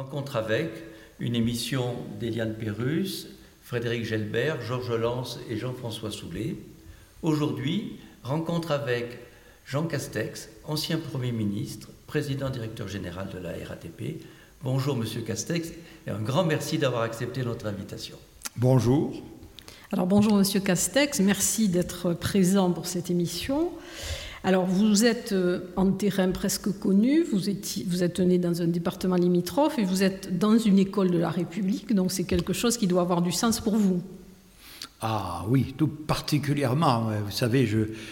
Rencontre avec, une émission d'Éliane Pérusse, Frédéric Gelbert, Georges Lens et Jean-François Soulet. Aujourd'hui, rencontre avec Jean Castex, ancien Premier ministre, président directeur général de la RATP. Bonjour Monsieur Castex et un grand merci d'avoir accepté notre invitation. Bonjour. Alors bonjour Monsieur Castex, merci d'être présent pour cette émission. Alors vous êtes en terrain presque connu, vous êtes né dans un département limitrophe et vous êtes dans une école de la République, donc c'est quelque chose qui doit avoir du sens pour vous. Ah oui, tout particulièrement. Vous savez,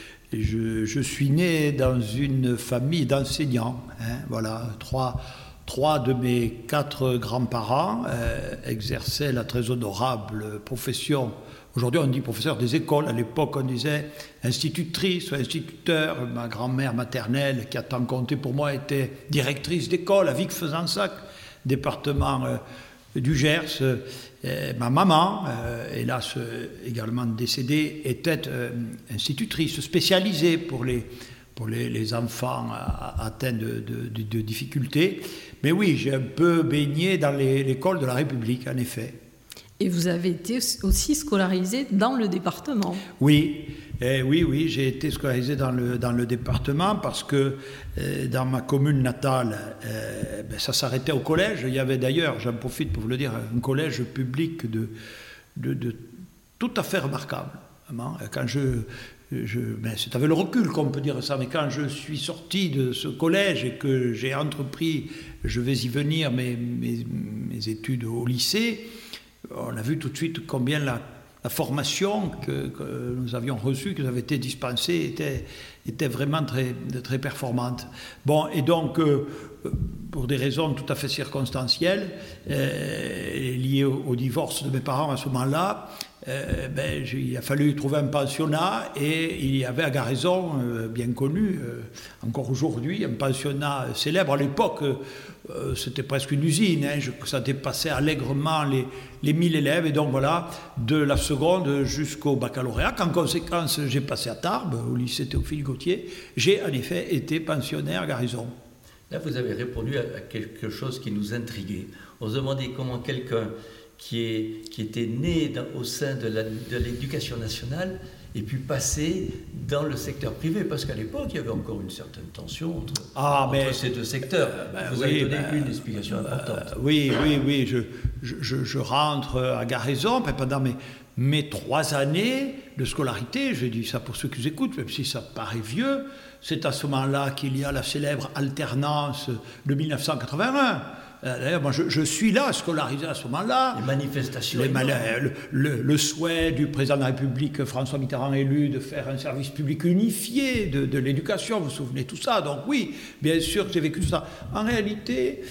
je suis né dans une famille d'enseignants. Voilà, trois de mes 4 grands-parents exerçaient la très honorable profession. Aujourd'hui, on dit professeur des écoles. À l'époque, on disait institutrice ou instituteur. Ma grand-mère maternelle, qui a tant compté pour moi, était directrice d'école à Vic-Fezensac, département du Gers. Ma maman, hélas également décédée, était institutrice spécialisée pour les enfants atteints de difficultés. Mais oui, j'ai un peu baigné dans l'école de la République, en effet. Et vous avez été aussi scolarisé dans le département. Oui, j'ai été scolarisé dans le département parce que dans ma commune natale, ça s'arrêtait au collège. Il y avait d'ailleurs, j'en profite pour vous le dire, un collège public de tout à fait remarquable. Quand c'est avec le recul qu'on peut dire ça, mais quand je suis sorti de ce collège et que j'ai entrepris, je vais y venir, mes études au lycée, on a vu tout de suite combien la formation que nous avions reçue, qui nous avait été dispensée, était vraiment très, très performante. Bon, et donc, pour des raisons tout à fait circonstancielles, liées au divorce de mes parents à ce moment-là, il a fallu trouver un pensionnat et il y avait à Garaison, bien connu, encore aujourd'hui, un pensionnat célèbre. À l'époque, c'était presque une usine, ça dépassait allègrement les 1000 élèves. Et donc voilà, de la seconde jusqu'au baccalauréat, qu'en conséquence j'ai passé à Tarbes, au lycée Théophile Gautier, j'ai en effet été pensionnaire à Garaison. Là, vous avez répondu à quelque chose qui nous intriguait. On se demandait comment quelqu'un qui était né au sein de l'éducation nationale et puis passer dans le secteur privé, parce qu'à l'époque, il y avait encore une certaine tension entre ces deux secteurs. Vous avez donné une explication importante. Oui, je rentre à Garaison, pendant mes 3 années de scolarité, je dis ça pour ceux qui nous écoutent, même si ça paraît vieux, c'est à ce moment-là qu'il y a la célèbre alternance de 1981. D'ailleurs, moi, je suis là, scolarisé à ce moment-là. Les manifestations. Le souhait du président de la République, François Mitterrand élu, de faire un service public unifié de l'éducation, vous vous souvenez tout ça. Donc oui, bien sûr que j'ai vécu tout ça. En réalité,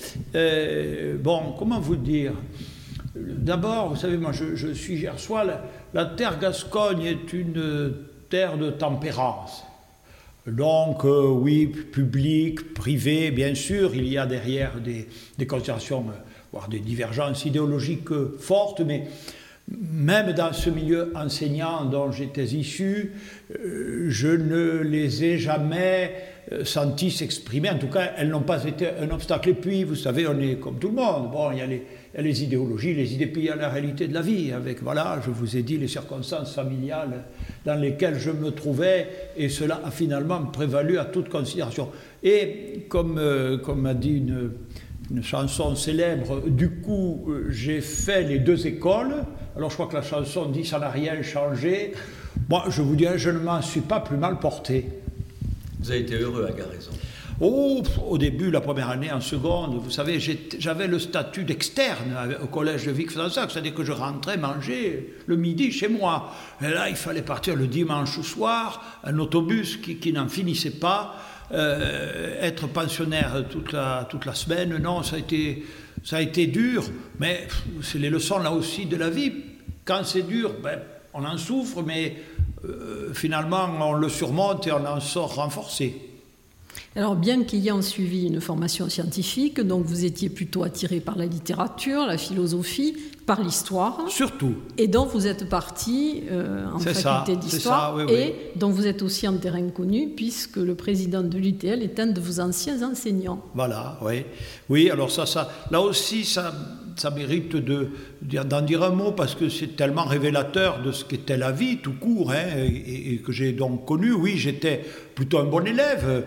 comment vous dire ? D'abord, vous savez, moi, je suis gersois. La terre Gascogne est une terre de tempérance. Donc, oui, public, privé, bien sûr, il y a derrière des considérations, voire des divergences idéologiques fortes, mais même dans ce milieu enseignant dont j'étais issu, je ne les ai jamais senties s'exprimer. En tout cas, elles n'ont pas été un obstacle. Et puis, vous savez, on est comme tout le monde. Bon, il y a les idéologies, les idées, puis il y a la réalité de la vie. Avec, voilà, je vous ai dit les circonstances familiales dans lesquelles je me trouvais, et cela a finalement prévalu à toute considération. Et comme a dit une chanson célèbre, du coup, j'ai fait les 2 écoles. Alors je crois que la chanson dit « ça n'a rien changé ». Moi, je vous dirais, je ne m'en suis pas plus mal porté. Vous avez été heureux à Garaison? Au début, la première année, en seconde, vous savez, j'avais le statut d'externe au collège de Vic-Fezensac, c'est-à-dire que je rentrais manger le midi chez moi. Et là, il fallait partir le dimanche soir, un autobus qui n'en finissait pas, être pensionnaire toute la semaine. Non, ça a été dur, mais c'est les leçons là aussi de la vie. Quand c'est dur, on en souffre, mais finalement, on le surmonte et on en sort renforcé. Alors, bien qu'ayant suivi une formation scientifique, donc vous étiez plutôt attiré par la littérature, la philosophie, par l'histoire. Surtout. Et donc vous êtes parti en faculté d'histoire. Oui, et donc vous êtes aussi en terrain connu, puisque le président de l'UTL est un de vos anciens enseignants. Voilà, oui. Oui, alors là aussi, ça mérite d'en dire un mot, parce que c'est tellement révélateur de ce qu'était la vie, tout court, hein, et que j'ai donc connu. Oui, j'étais plutôt un bon élève,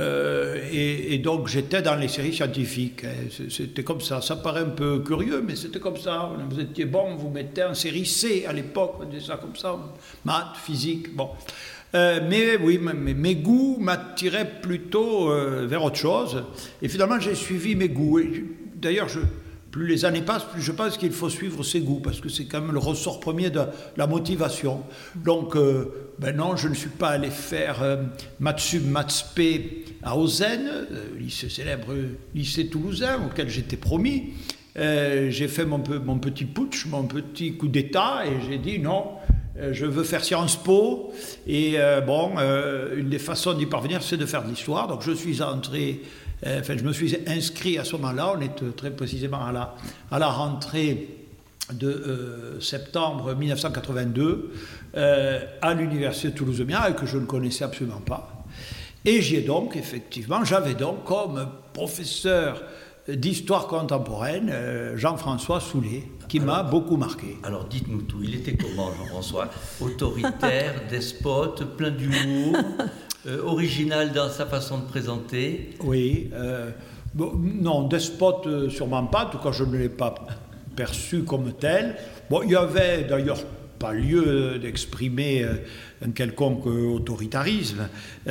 et donc j'étais dans les séries scientifiques. Hein. C'était comme ça. Ça paraît un peu curieux, mais c'était comme ça. Vous étiez bon, vous mettez en série C à l'époque, on disait ça comme ça, maths, physique, bon. Mais oui, mes goûts m'attiraient plutôt vers autre chose. Et finalement, j'ai suivi mes goûts. D'ailleurs, plus les années passent, plus je pense qu'il faut suivre ses goûts, parce que c'est quand même le ressort premier de la motivation. Donc, non, je ne suis pas allé faire maths sup, maths spé à Ozenne, célèbre lycée toulousain auquel j'étais promis. J'ai fait mon petit putsch, mon petit coup d'état, et j'ai dit non, je veux faire Sciences Po, et une des façons d'y parvenir, c'est de faire de l'histoire. Donc je suis je me suis inscrit à ce moment-là, on est très précisément à la rentrée de septembre 1982 à l'université de Toulouse-Mirail, que je ne connaissais absolument pas. Et j'avais donc comme professeur d'histoire contemporaine, Jean-François Soulet, qui m'a beaucoup marqué. Alors dites-nous tout, il était comment Jean-François? Autoritaire, despote, plein d'humour, original dans sa façon de présenter? Oui, non, despote sûrement pas, en tout cas je ne l'ai pas perçu comme tel. Bon, il y avait d'ailleurs pas lieu d'exprimer un quelconque autoritarisme.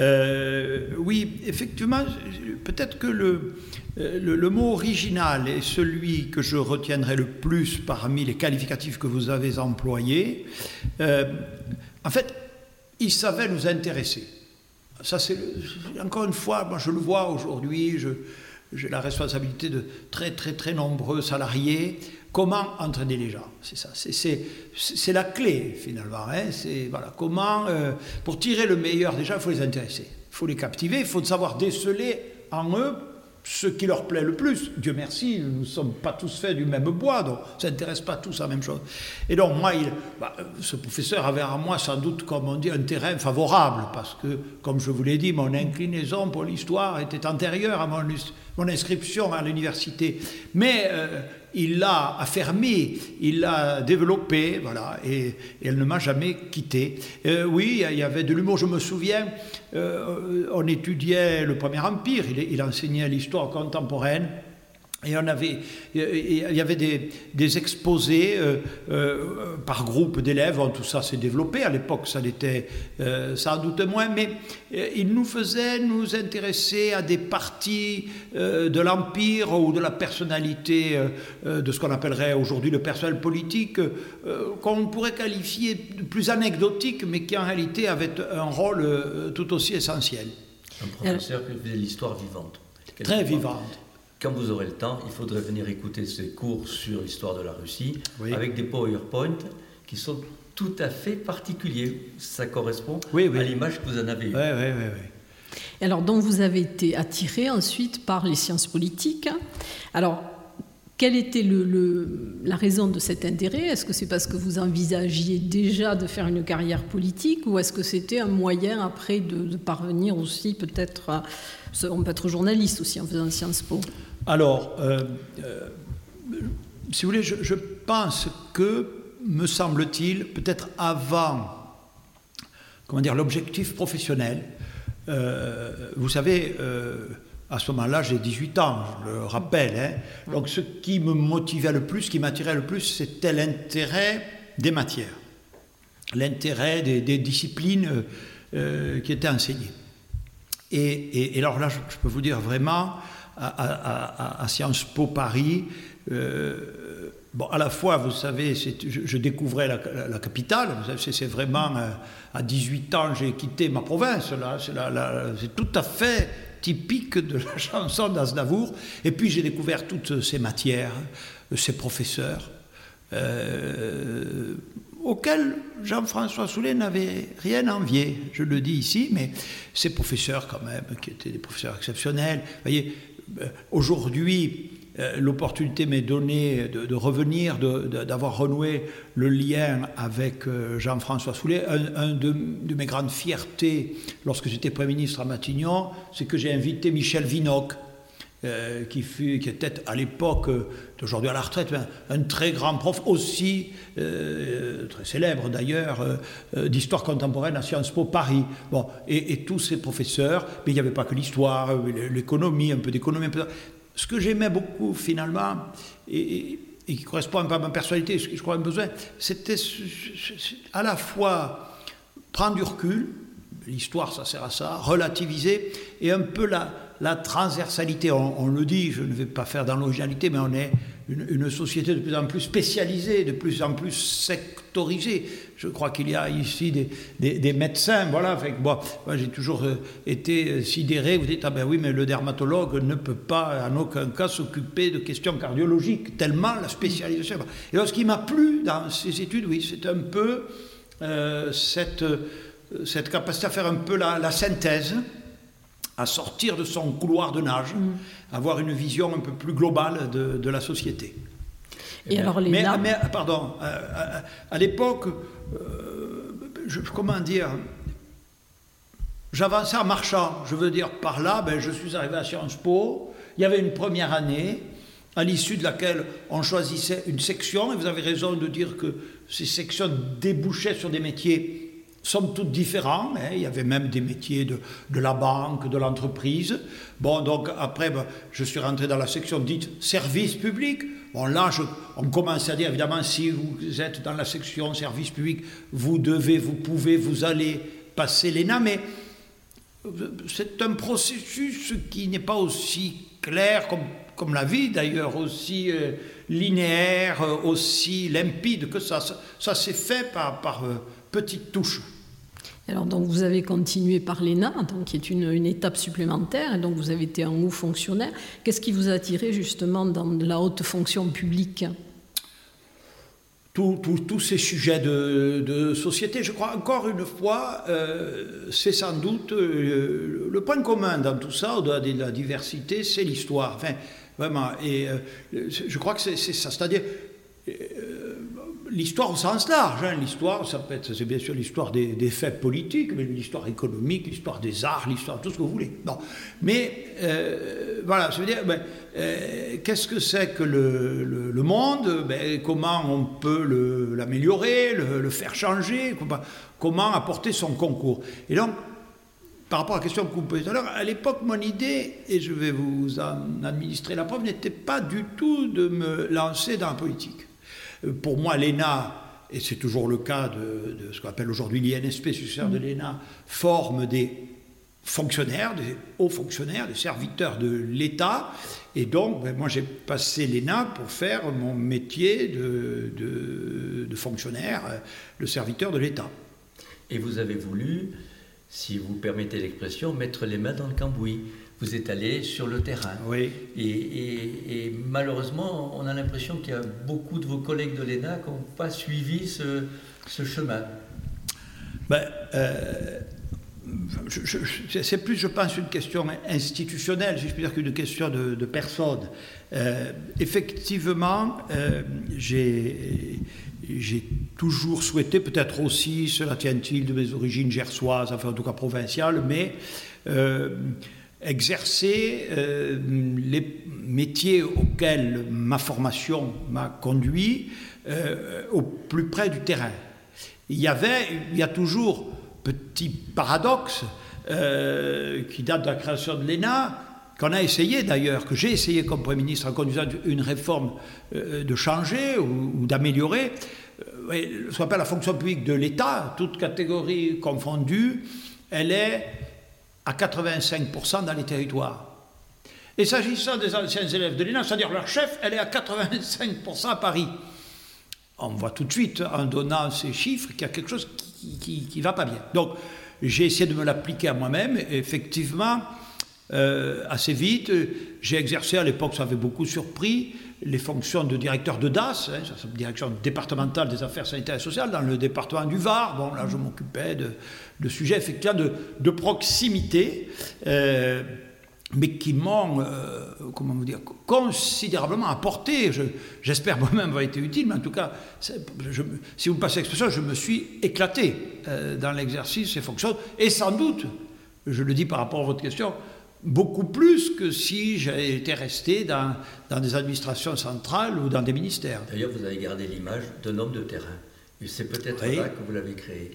Oui, effectivement, peut-être que le mot original est celui que je retiendrai le plus parmi les qualificatifs que vous avez employés. En fait, il savait nous intéresser. Ça, encore une fois, moi je le vois aujourd'hui, j'ai la responsabilité de très très très nombreux salariés. Comment entraîner les gens? C'est ça, c'est la clé finalement. Hein. Voilà, comment, pour tirer le meilleur des gens, il faut les intéresser, il faut les captiver, il faut savoir déceler en eux ce qui leur plaît le plus. Dieu merci, nous ne sommes pas tous faits du même bois, donc on ne s'intéresse pas tous à la même chose. Et donc moi, ce professeur avait en moi sans doute, comme on dit, un terrain favorable, parce que, comme je vous l'ai dit, mon inclinaison pour l'histoire était antérieure à mon inscription à l'université. Mais il l'a affermi, il l'a développé, voilà, et elle ne m'a jamais quitté. Oui, il y avait de l'humour, je me souviens, on étudiait le Premier Empire, il enseignait l'histoire contemporaine, et il y avait des exposés par groupe d'élèves. Tout ça s'est développé. À l'époque, ça l'était sans doute moins, mais il nous faisait nous intéresser à des parties de l'Empire ou de la personnalité de ce qu'on appellerait aujourd'hui le personnel politique, qu'on pourrait qualifier de plus anecdotique, mais qui en réalité avait un rôle tout aussi essentiel. Un professeur qui faisait l'histoire vivante. Très vivante. Quand vous aurez le temps, il faudrait venir écouter ces cours sur l'histoire de la Russie, oui, avec des PowerPoint qui sont tout à fait particuliers. Ça correspond à l'image que vous en avez eue. Oui. Alors, donc, vous avez été attiré ensuite par les sciences politiques. Alors, quelle était la raison de cet intérêt? Est-ce que c'est parce que vous envisagiez déjà de faire une carrière politique, ou est-ce que c'était un moyen après de parvenir aussi peut-être on peut être journaliste aussi en faisant Sciences Po? Alors, si vous voulez, je pense que, me semble-t-il, peut-être avant, l'objectif professionnel, vous savez, à ce moment-là, j'ai 18 ans, je le rappelle. Hein. Donc, ce qui me motivait le plus, ce qui m'attirait le plus, c'était l'intérêt des matières, l'intérêt des disciplines qui étaient enseignées. Et alors là, je peux vous dire vraiment, à Sciences Po Paris, à la fois, vous savez, je découvrais la capitale. Vous savez, c'est vraiment, à 18 ans, j'ai quitté ma province. Là, c'est tout à fait typique de la chanson d'Aznavour. Et puis, j'ai découvert toutes ces matières, ces professeurs. auquel Jean-François Soulet n'avait rien envié. Je le dis ici, mais ces professeurs quand même, qui étaient des professeurs exceptionnels. Vous voyez, aujourd'hui, l'opportunité m'est donnée de revenir, d'avoir renoué le lien avec Jean-François Soulet. Un de mes grandes fiertés, lorsque j'étais Premier ministre à Matignon, c'est que j'ai invité Michel Vinocq, qui était à l'époque, d'aujourd'hui à la retraite, un très grand prof, aussi très célèbre d'ailleurs, d'histoire contemporaine à Sciences Po Paris. Bon, et tous ces professeurs, mais il n'y avait pas que l'histoire, l'économie, un peu d'économie, un peu... Ce que j'aimais beaucoup finalement, et qui correspond un peu à ma personnalité, ce que je crois un besoin, c'était à la fois prendre du recul, l'histoire ça sert à ça, relativiser, et un peu la transversalité. On le dit, je ne vais pas faire dans l'originalité, mais on est une société de plus en plus spécialisée, de plus en plus sectorisée. Je crois qu'il y a ici des médecins, voilà. Enfin, bon, moi j'ai toujours été sidéré. Vous dites, ah ben oui, mais le dermatologue ne peut pas en aucun cas s'occuper de questions cardiologiques, tellement la spécialisation. Et alors, ce qui m'a plu dans ces études, oui, c'est un peu cette capacité à faire un peu la synthèse, à sortir de son couloir de nage, avoir une vision un peu plus globale de la société. Et alors pardon, à l'époque, comment dire, j'avançais en marchant. Je veux dire, par là, je suis arrivé à Sciences Po. Il y avait une première année, à l'issue de laquelle on choisissait une section, et vous avez raison de dire que ces sections débouchaient sur des métiers somme toute différents, hein. Il y avait même des métiers de la banque, de l'entreprise. Bon, donc après, je suis rentré dans la section dite service public. Bon, là, on commence à dire, évidemment, si vous êtes dans la section service public, vous pouvez, vous allez passer l'ENA, mais c'est un processus qui n'est pas aussi clair comme la vie, d'ailleurs, aussi linéaire, aussi limpide que ça. Ça s'est fait par petites touches. Alors, donc, vous avez continué par l'ENA, donc, qui est une étape supplémentaire, et donc vous avez été un haut fonctionnaire. Qu'est-ce qui vous a attiré justement dans la haute fonction publique ? Tous ces sujets de société, je crois, encore une fois, c'est sans doute le point commun dans tout ça, au-delà de la diversité, c'est l'histoire. Enfin, vraiment, et je crois que c'est ça, c'est-à-dire... l'histoire au sens large, hein. L'histoire, c'est bien sûr l'histoire des faits politiques, mais l'histoire économique, l'histoire des arts, l'histoire, tout ce que vous voulez. Non. Mais voilà, ça veut dire, qu'est-ce que c'est que le monde, comment on peut l'améliorer, le faire changer, comment apporter son concours. Et donc, par rapport à la question que vous posez tout à l'heure, à l'époque, mon idée, et je vais vous en administrer la preuve, n'était pas du tout de me lancer dans la politique. Pour moi, l'ENA, et c'est toujours le cas de ce qu'on appelle aujourd'hui l'INSP, successeur de l'ENA, forme des fonctionnaires, des hauts fonctionnaires, des serviteurs de l'État. Et donc, moi, j'ai passé l'ENA pour faire mon métier de fonctionnaire, de serviteur de l'État. Et vous avez voulu, si vous permettez l'expression, mettre les mains dans le cambouis. Vous êtes allé sur le terrain. Oui. Et malheureusement, on a l'impression qu'il y a beaucoup de vos collègues de l'ENA qui n'ont pas suivi ce chemin. C'est plus, je pense, une question institutionnelle, si je puis dire, qu'une question de personne. Effectivement, j'ai toujours souhaité, peut-être aussi, cela tient-il de mes origines gersoises, enfin en tout cas provinciales, mais exercer les métiers auxquels ma formation m'a conduit au plus près du terrain. Il y a toujours, petit paradoxe qui date de la création de l'ENA, qu'on a essayé d'ailleurs, que j'ai essayé comme Premier ministre en conduisant une réforme de changer ou d'améliorer, ce qu'on appelle la fonction publique de l'État, toute catégorie confondue, elle est à 85% dans les territoires. Et s'agissant des anciens élèves de l'ENA, c'est-à-dire leur chef, elle est à 85% à Paris. On voit tout de suite, en donnant ces chiffres, qu'il y a quelque chose qui ne va pas bien. Donc, j'ai essayé de me l'appliquer à moi-même, et effectivement, assez vite, j'ai exercé, à l'époque ça avait beaucoup surpris, les fonctions de directeur de DAS, direction départementale des affaires sanitaires et sociales, dans le département du Var. Bon, là, je m'occupais de sujets effectivement de proximité, mais qui m'ont, considérablement apporté. J'espère moi-même avoir été utile, mais en tout cas, si vous me passez l'expression, je me suis éclaté dans l'exercice de ces fonctions, et sans doute, je le dis par rapport à votre question, beaucoup plus que si j'avais été resté dans des administrations centrales ou dans des ministères. D'ailleurs, vous avez gardé l'image d'un homme de terrain. Et c'est peut-être là que vous l'avez créé.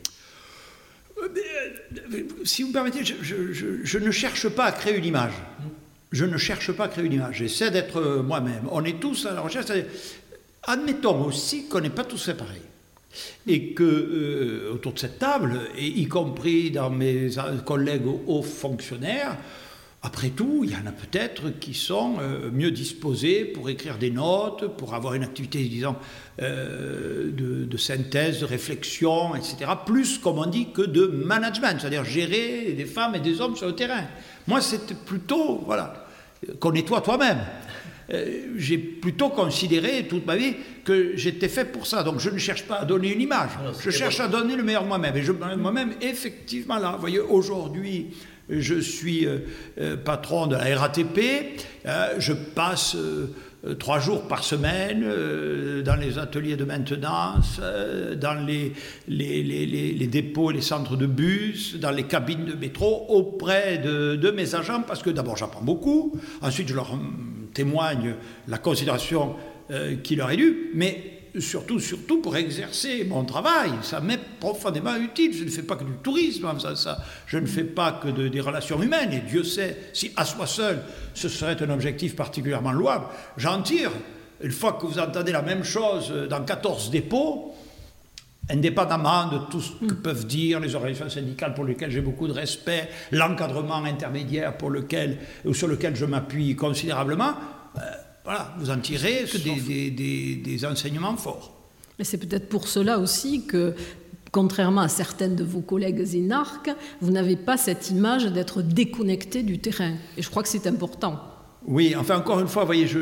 Si vous me permettez, je ne cherche pas à créer une image. Je ne cherche pas à créer une image. J'essaie d'être moi-même. On est tous à la recherche. Admettons aussi qu'on n'est pas tous fait pareil. Et que autour de cette table, et y compris dans mes collègues hauts fonctionnaires, après tout, il y en a peut-être qui sont mieux disposés pour écrire des notes, pour avoir une activité, disons, de synthèse, de réflexion, etc. Plus, comme on dit, que de management, c'est-à-dire gérer des femmes et des hommes sur le terrain. Moi, c'était plutôt, voilà, connais-toi toi-même. J'ai plutôt considéré toute ma vie que j'étais fait pour ça. Donc je ne cherche pas à donner une image. Je cherche à donner le meilleur de moi-même. Et moi-même, effectivement, là, vous voyez, aujourd'hui, je suis patron de la RATP. Je passe 3 jours par semaine dans les ateliers de maintenance, dans les dépôts et les centres de bus, dans les cabines de métro, auprès de mes agents, parce que d'abord j'apprends beaucoup, ensuite je leur témoigne la considération qui leur est due, mais surtout pour exercer mon travail. Ça m'est profondément utile. Je ne fais pas que du tourisme, je ne fais pas que des relations humaines, et Dieu sait si à soi seul ce serait un objectif particulièrement louable. J'en tire, une fois que vous entendez la même chose dans 14 dépôts, indépendamment de tout ce que peuvent dire les organisations syndicales pour lesquelles j'ai beaucoup de respect, l'encadrement intermédiaire sur lequel je m'appuie considérablement, voilà, vous en tirez des enseignements forts. Mais c'est peut-être pour cela aussi que, contrairement à certaines de vos collègues énarques, vous n'avez pas cette image d'être déconnecté du terrain. Et je crois que c'est important. Oui, enfin, encore une fois, vous voyez,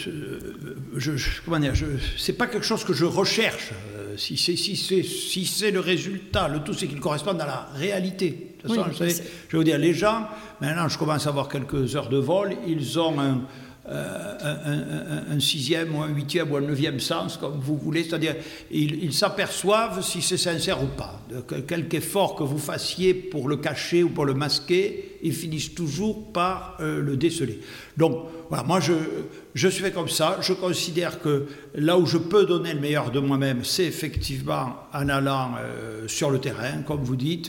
c'est pas quelque chose que je recherche. Si c'est le résultat, le tout, c'est qu'il corresponde à la réalité. De toute façon, je vais vous dire, les gens, maintenant, je commence à avoir quelques heures de vol, ils ont un 6e ou un 8e ou un 9e sens, comme vous voulez, c'est-à-dire ils s'aperçoivent si c'est sincère ou pas. Quelque effort que vous fassiez pour le cacher ou pour le masquer, ils finissent toujours par le déceler. Donc voilà, moi je suis fait comme ça. Je considère que là où je peux donner le meilleur de moi-même, c'est effectivement en allant sur le terrain, comme vous dites.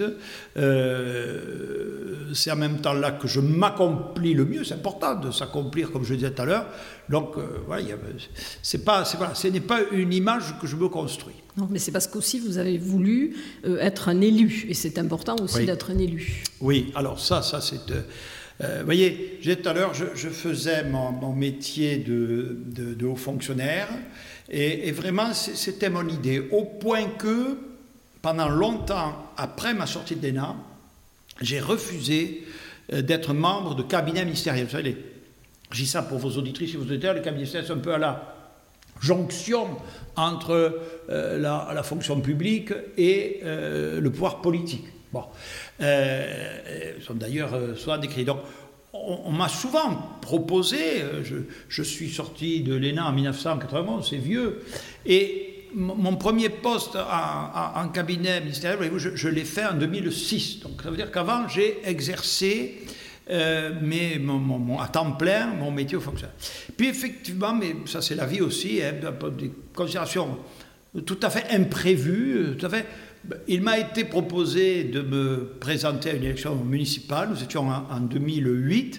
C'est en même temps là que je m'accomplis le mieux. C'est important de s'accomplir, comme je disais tout à l'heure. Donc voilà, ce n'est pas une image que je me construis. Non, mais c'est parce qu'aussi vous avez voulu être un élu, et c'est important aussi d'être un élu. Oui, alors ça c'est... vous voyez, j'ai tout à l'heure, je faisais mon métier de haut fonctionnaire, et vraiment c'était mon idée, au point que pendant longtemps après ma sortie de l'ENA, j'ai refusé d'être membre de cabinet ministériel. Vous savez, je dis ça pour vos auditrices et vos auditeurs, le cabinet ministériel c'est un peu à la jonction entre la fonction publique et le pouvoir politique. Bon, sont d'ailleurs souvent décrits. Donc, on m'a souvent proposé, je suis sorti de l'ENA en 1991, c'est vieux, et mon premier poste en cabinet ministériel, je l'ai fait en 2006. Donc, ça veut dire qu'avant, j'ai exercé à temps plein mon métier au fonctionnaire. Puis effectivement, mais ça c'est la vie aussi, des considérations tout à fait imprévues, tout à fait. Il m'a été proposé de me présenter à une élection municipale. Nous étions en 2008.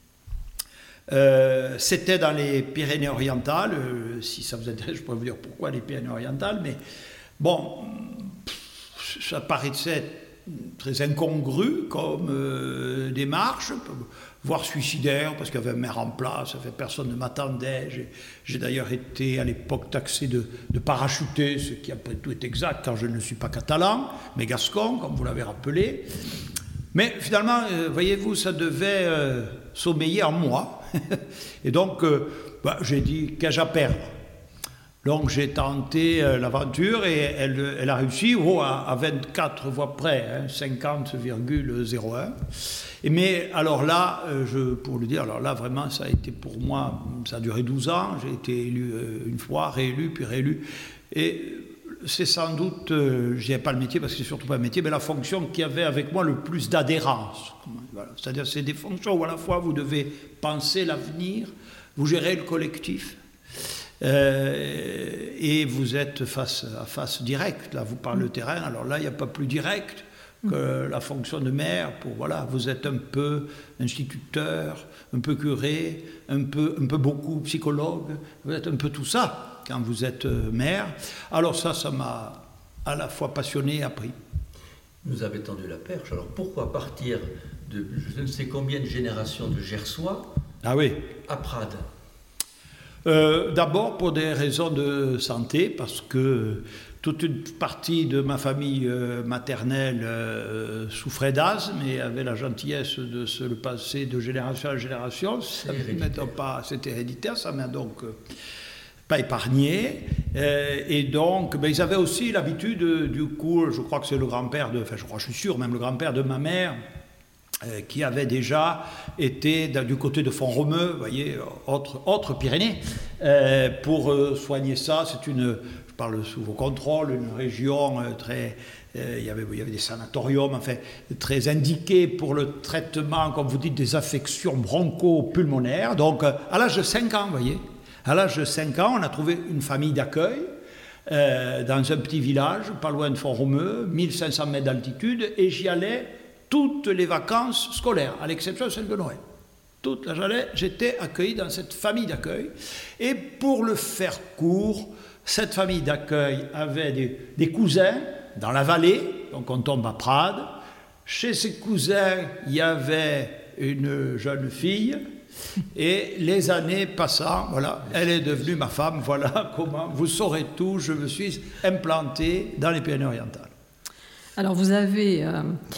C'était dans les Pyrénées-Orientales. Si ça vous intéresse, je pourrais vous dire pourquoi les Pyrénées-Orientales. Mais bon, ça paraissait très incongru comme démarche, voire suicidaire, parce qu'il y avait un maire en place, personne ne m'attendait. J'ai d'ailleurs été à l'époque taxé de parachuté, ce qui après tout est exact, car je ne suis pas catalan, mais gascon, comme vous l'avez rappelé. Mais finalement, voyez-vous, ça devait sommeiller en moi. Et donc, j'ai dit, qu'ai-je à perdre? Donc j'ai tenté l'aventure et elle a réussi à 24 voix près, 50,01. Mais alors là, pour le dire, alors là vraiment ça a été pour moi, ça a duré 12 ans, j'ai été élu une fois, réélu, puis réélu. Et c'est sans doute, je ne dirais pas le métier parce que c'est surtout pas un métier, mais la fonction qui avait avec moi le plus d'adhérence. Voilà. C'est-à-dire c'est des fonctions où à la fois vous devez penser l'avenir, vous gérez le collectif, et vous êtes face à face direct. Là, vous parlez le terrain. Alors là, il n'y a pas plus direct que la fonction de maire. Vous êtes un peu instituteur, un peu curé, un peu beaucoup psychologue. Vous êtes un peu tout ça quand vous êtes maire. Alors ça m'a à la fois passionné et appris. Vous avez tendu la perche. Alors pourquoi partir de je ne sais combien de générations de Gersois à Prades? D'abord pour des raisons de santé, parce que toute une partie de ma famille maternelle souffrait d'asthme et avait la gentillesse de se le passer de génération en génération. C'était héréditaire, ça m'a donc pas épargné. Et donc, ils avaient aussi l'habitude, du coup, je crois que c'est le grand-père je suis sûr, même le grand-père de ma mère, qui avait déjà été du côté de Font-Romeu, vous voyez, autre Pyrénées, pour soigner ça. Je parle sous vos contrôles, une région très... il y avait des sanatoriums, enfin, très indiqués pour le traitement, comme vous dites, des affections broncho-pulmonaires. Donc, à l'âge de 5 ans, vous voyez, à l'âge de 5 ans, on a trouvé une famille d'accueil dans un petit village, pas loin de Font-Romeu, 1500 mètres d'altitude, et j'y allais toutes les vacances scolaires, à l'exception de celle de Noël. Toute la journée, j'étais accueilli dans cette famille d'accueil. Et pour le faire court, cette famille d'accueil avait des cousins dans la vallée, donc on tombe à Prades. Chez ces cousins, il y avait une jeune fille. Et les années passant, voilà, elle est devenue ma femme. Voilà comment, vous saurez tout, je me suis implanté dans les Pyrénées-Orientales. Alors vous avez...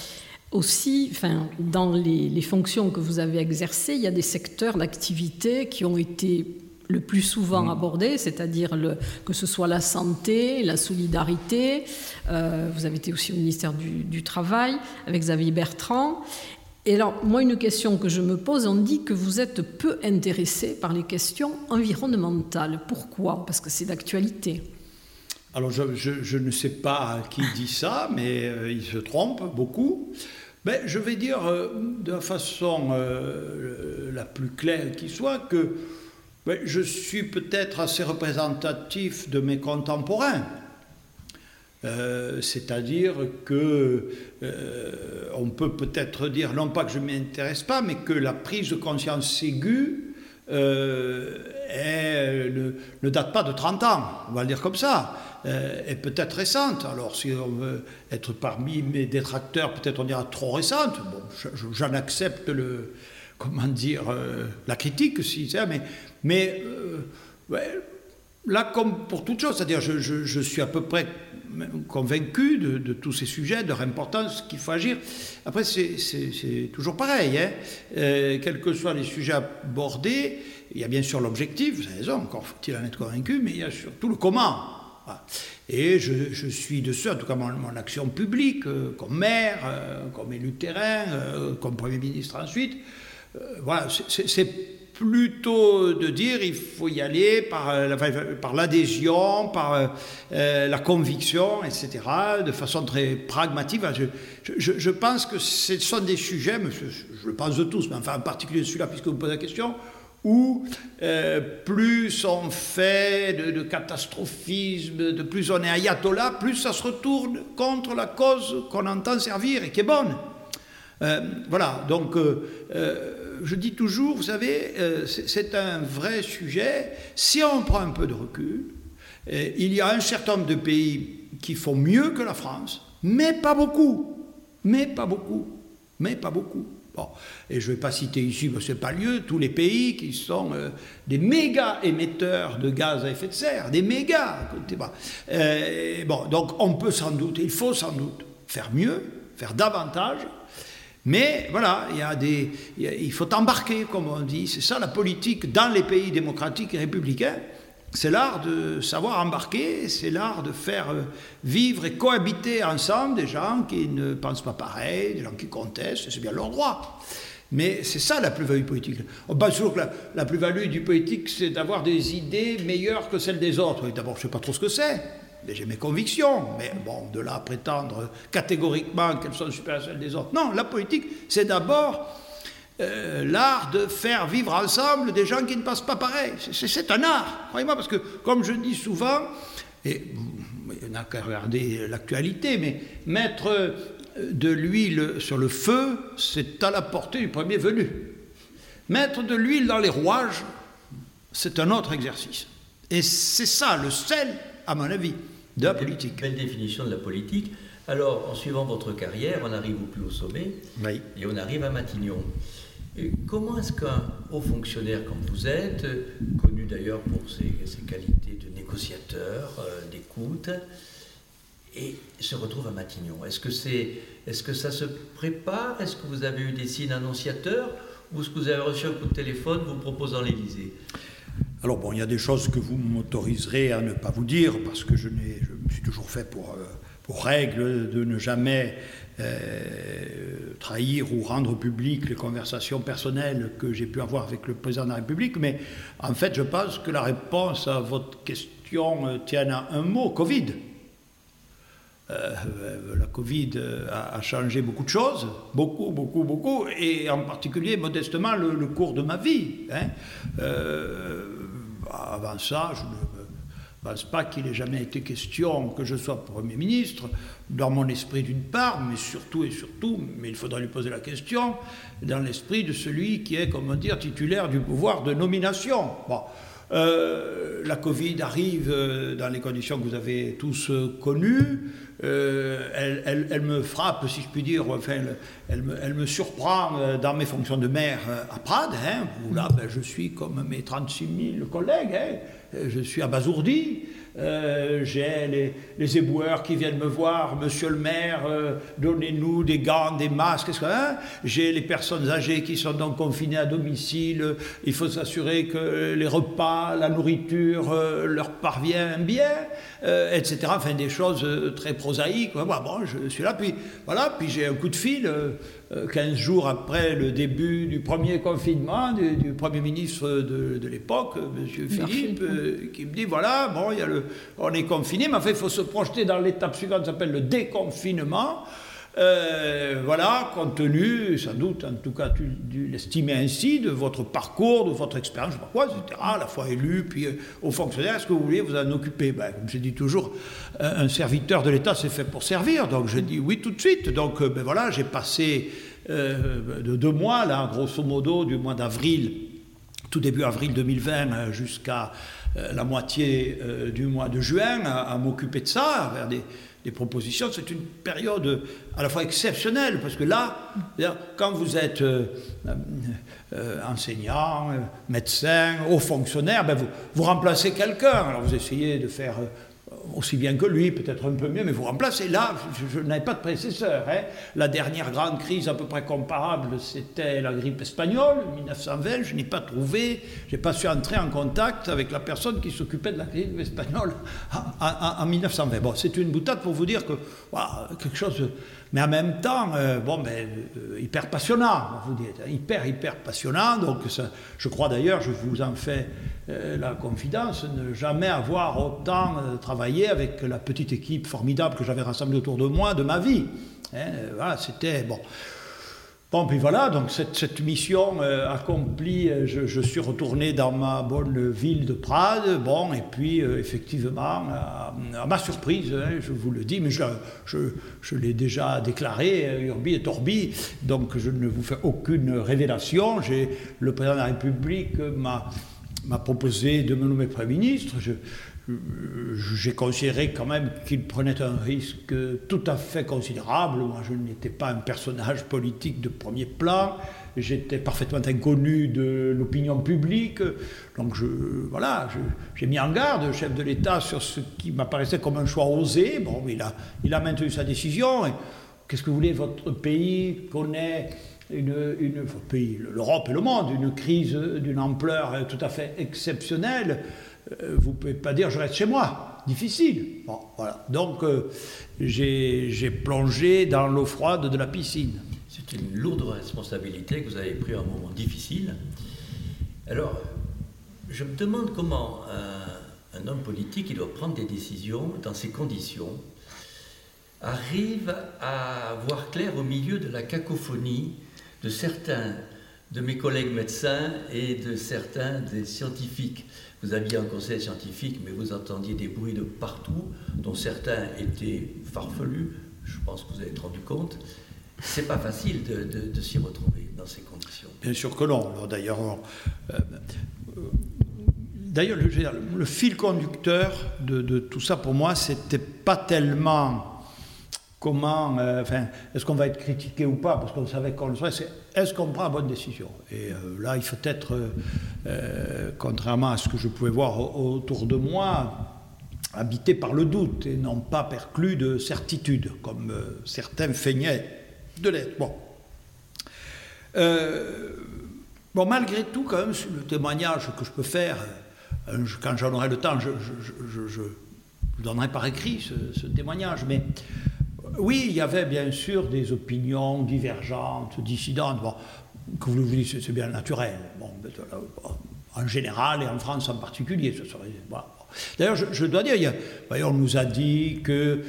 aussi, dans les fonctions que vous avez exercées, il y a des secteurs d'activité qui ont été le plus souvent abordés, c'est-à-dire que ce soit la santé, la solidarité. Vous avez été aussi au ministère du Travail avec Xavier Bertrand. Et alors, moi, une question que je me pose, on dit que vous êtes peu intéressé par les questions environnementales. Pourquoi? Parce que c'est d'actualité. Alors, je ne sais pas qui dit ça, mais il se trompe beaucoup. Mais je vais dire de la façon la plus claire qui soit que je suis peut-être assez représentatif de mes contemporains. C'est-à-dire que on peut peut-être dire, non pas que je ne m'intéresse pas, mais que la prise de conscience aiguë ne date pas de 30 ans, on va le dire comme ça. Est peut-être récente. Alors, si on veut être parmi mes détracteurs, peut-être on dira trop récente. Bon, j'en accepte la critique, si c'est, mais là, comme pour toute chose, c'est-à-dire, je suis à peu près convaincu de tous ces sujets, de leur importance, qu'il faut agir. Après, c'est toujours pareil, hein. Quels que soient les sujets abordés, il y a bien sûr l'objectif, vous avez raison, encore faut-il en être convaincu, mais il y a surtout le comment. Et je suis de ceux, en tout cas mon action publique, comme maire, comme élu de terrain, comme Premier ministre ensuite, voilà, c'est plutôt de dire il faut y aller par l'adhésion, par la conviction, etc., de façon très pragmatique. Je pense que ce sont des sujets, je le pense de tous, mais enfin en particulier celui-là, puisque vous me posez la question, où plus on fait de catastrophisme, de plus on est ayatollah, plus ça se retourne contre la cause qu'on entend servir et qui est bonne. Voilà, donc je dis toujours, vous savez, c'est un vrai sujet. Si on prend un peu de recul, il y a un certain nombre de pays qui font mieux que la France, mais pas beaucoup. Bon, et je ne vais pas citer ici, parce que ce n'est pas lieu, tous les pays qui sont des méga émetteurs de gaz à effet de serre, des méga. Bon, donc on peut sans doute, il faut sans doute faire mieux, faire davantage, Mais voilà, il faut embarquer, comme on dit. C'est ça la politique dans les pays démocratiques et républicains. C'est l'art de savoir embarquer, c'est l'art de faire vivre et cohabiter ensemble des gens qui ne pensent pas pareil, des gens qui contestent, c'est bien leur droit. Mais c'est ça la plus-value politique. On pense toujours que la plus-value du politique, c'est d'avoir des idées meilleures que celles des autres. D'abord, je ne sais pas trop ce que c'est, mais j'ai mes convictions. Mais bon, de là à prétendre catégoriquement qu'elles sont supérieures à celles des autres. Non, la politique, c'est d'abord l'art de faire vivre ensemble des gens qui ne pensent pas pareil. C'est un art, croyez-moi, parce que, comme je dis souvent, et il n'y a qu'à regarder l'actualité, mais mettre de l'huile sur le feu, c'est à la portée du premier venu. Mettre de l'huile dans les rouages, c'est un autre exercice. Et c'est ça le sel, à mon avis, de la politique. Belle définition de la politique. Alors, en suivant votre carrière, on arrive au plus haut sommet, oui, et on arrive à Matignon. Et comment est-ce qu'un haut fonctionnaire comme vous êtes, connu d'ailleurs pour ses qualités de négociateur, d'écoute, et se retrouve à Matignon? Est-ce que ça se prépare? Est-ce que vous avez eu des signes annonciateurs? Ou est-ce que vous avez reçu un coup de téléphone vous proposant l'Élysée? Alors bon, il y a des choses que vous m'autoriserez à ne pas vous dire, parce que je me suis toujours fait pour règle de ne jamais trahir ou rendre publiques les conversations personnelles que j'ai pu avoir avec le président de la République, mais en fait je pense que la réponse à votre question tient à un mot, Covid. La Covid a changé beaucoup de choses, beaucoup, et en particulier, modestement, le cours de ma vie. Avant ça, je ne pense pas qu'il ait jamais été question que je sois Premier ministre, dans mon esprit d'une part, mais surtout, mais il faudra lui poser la question, dans l'esprit de celui qui est, comment dire, titulaire du pouvoir de nomination. Bon. La Covid arrive dans les conditions que vous avez tous connues. Elle me frappe, si je puis dire, enfin, elle me surprend dans mes fonctions de maire à Prades, où là, je suis comme mes 36 000 collègues, je suis abasourdi. J'ai les éboueurs qui viennent me voir, monsieur le maire, donnez-nous des gants, des masques, etc. J'ai les personnes âgées qui sont donc confinées à domicile, il faut s'assurer que les repas, la nourriture leur parvient bien, etc. Enfin, des choses très prosaïques. Bon, je suis là, puis voilà, puis j'ai un coup de fil, 15 jours après le début du premier confinement du Premier ministre de l'époque, M. Philippe, qui me dit, voilà, bon, on est confiné, mais enfin, il faut se projeter dans l'étape suivante, ça s'appelle le déconfinement. Voilà, compte tenu, sans doute, en tout cas, tu l'estimais ainsi, de votre parcours, de votre expérience, je sais pas quoi, etc., à la fois élu, puis aux fonctionnaires, est-ce que vous voulez vous en occuper? Comme je dis toujours, un serviteur de l'État, c'est fait pour servir, donc je dis oui tout de suite. Donc, voilà, j'ai passé de 2 mois, là, grosso modo, du mois d'avril, tout début avril 2020, jusqu'à la moitié du mois de juin, à m'occuper de ça, vers des propositions. C'est une période à la fois exceptionnelle, parce que là, quand vous êtes enseignant, médecin, haut fonctionnaire, vous remplacez quelqu'un. Alors vous essayez de faire aussi bien que lui, peut-être un peu mieux, mais vous remplacez. Là, je n'avais pas de prédécesseur. La dernière grande crise à peu près comparable, c'était la grippe espagnole, 1920. Je n'ai pas trouvé, je n'ai pas su entrer en contact avec la personne qui s'occupait de la grippe espagnole en 1920. Bon, c'est une boutade pour vous dire que voilà, quelque chose, mais en même temps, hyper passionnant, vous dites, hyper passionnant. Donc, ça, je crois d'ailleurs, je vous en fais la confidence, ne jamais avoir autant travaillé avec la petite équipe formidable que j'avais rassemblée autour de moi de ma vie. Voilà, c'était bon. Bon, puis voilà, donc cette mission accomplie, je suis retourné dans ma bonne ville de Prades, bon, et puis effectivement, à ma surprise, je vous le dis, mais je l'ai déjà déclaré, Urbi et Orbi, donc je ne vous fais aucune révélation. Le président de la République m'a proposé de me nommer Premier ministre. J'ai considéré quand même qu'il prenait un risque tout à fait considérable. Moi, je n'étais pas un personnage politique de premier plan. J'étais parfaitement inconnu de l'opinion publique. Donc, j'ai mis en garde le chef de l'État sur ce qui m'apparaissait comme un choix osé. Bon, il a maintenu sa décision. Et qu'est-ce que vous voulez, votre pays connaît votre pays, l'Europe et le monde, une crise d'une ampleur tout à fait exceptionnelle. Vous ne pouvez pas dire je reste chez moi. Difficile. Bon, voilà. Donc, j'ai plongé dans l'eau froide de la piscine. C'est une lourde responsabilité que vous avez prise à un moment difficile. Alors, je me demande comment un homme politique qui doit prendre des décisions dans ces conditions arrive à voir clair au milieu de la cacophonie de certains de mes collègues médecins et de certains des scientifiques. Vous aviez un conseil scientifique, mais vous entendiez des bruits de partout, dont certains étaient farfelus, je pense que vous avez rendu compte. C'est pas facile de s'y retrouver dans ces conditions. Bien sûr que non. D'ailleurs, le fil conducteur de tout ça, pour moi, c'était pas tellement comment, est-ce qu'on va être critiqué ou pas, parce qu'on savait qu'on le serait, c'est est-ce qu'on prend la bonne décision. Et là, il faut être, contrairement à ce que je pouvais voir autour de moi, habité par le doute et non pas perclus de certitude, comme certains feignaient de l'être. Bon, malgré tout, quand même, le témoignage que je peux faire, quand j'en aurai le temps, je donnerai par écrit ce témoignage, mais oui, il y avait bien sûr des opinions divergentes, dissidentes, bon, que vous voulez, c'est bien naturel, bon, en général et en France en particulier, ce serait... Voilà. D'ailleurs, je dois dire, on nous a dit qu'il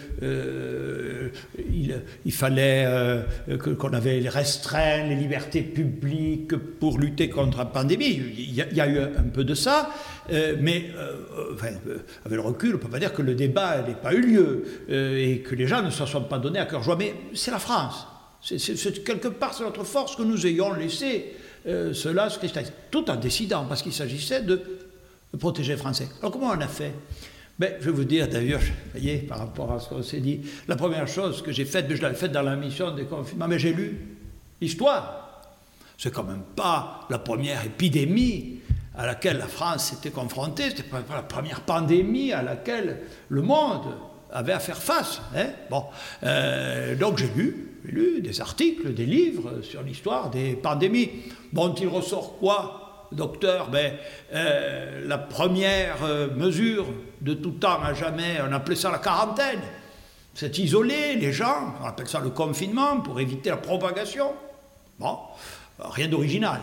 fallait qu'on avait restreint les libertés publiques pour lutter contre la pandémie. Il y a eu un peu de ça, mais avec le recul, on ne peut pas dire que le débat n'ait pas eu lieu et que les gens ne se sont pas donnés à cœur joie. Mais c'est la France. C'est quelque part, c'est notre force que nous ayons laissé cela se cristalliser, tout en décidant, parce qu'il s'agissait de protéger les Français. Alors comment on a fait? Je vais vous dire d'ailleurs, vous voyez, par rapport à ce qu'on s'est dit, la première chose que j'ai faite, je l'avais faite dans la mission des confinements, mais j'ai lu l'histoire. C'est quand même pas la première épidémie à laquelle la France s'était confrontée, c'était pas la première pandémie à laquelle le monde avait à faire face. Hein? Bon. Donc j'ai lu des articles, des livres sur l'histoire des pandémies. Dont il ressort quoi? Docteur, la première mesure de tout temps à jamais, on appelait ça la quarantaine. C'est isoler les gens, on appelle ça le confinement pour éviter la propagation. Bon, rien d'original.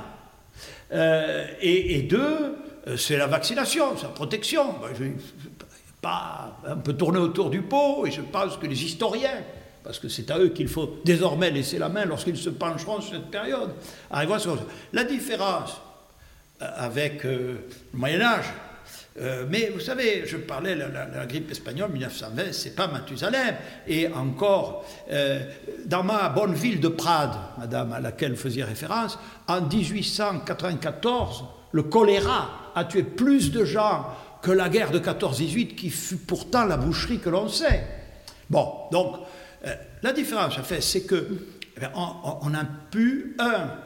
Et deux, c'est la vaccination, c'est la protection. On peut tourner autour du pot, et je pense que les historiens, parce que c'est à eux qu'il faut désormais laisser la main lorsqu'ils se pencheront sur cette période, arriveront à ce... La différence avec le Moyen-Âge. Mais vous savez, je parlais de la grippe espagnole 1920, c'est pas Mathusalem. Et encore, dans ma bonne ville de Prades, madame, à laquelle vous faisiez référence, en 1894, le choléra a tué plus de gens que la guerre de 14-18, qui fut pourtant la boucherie que l'on sait. Bon, donc, la différence, en fait, c'est que on a pu,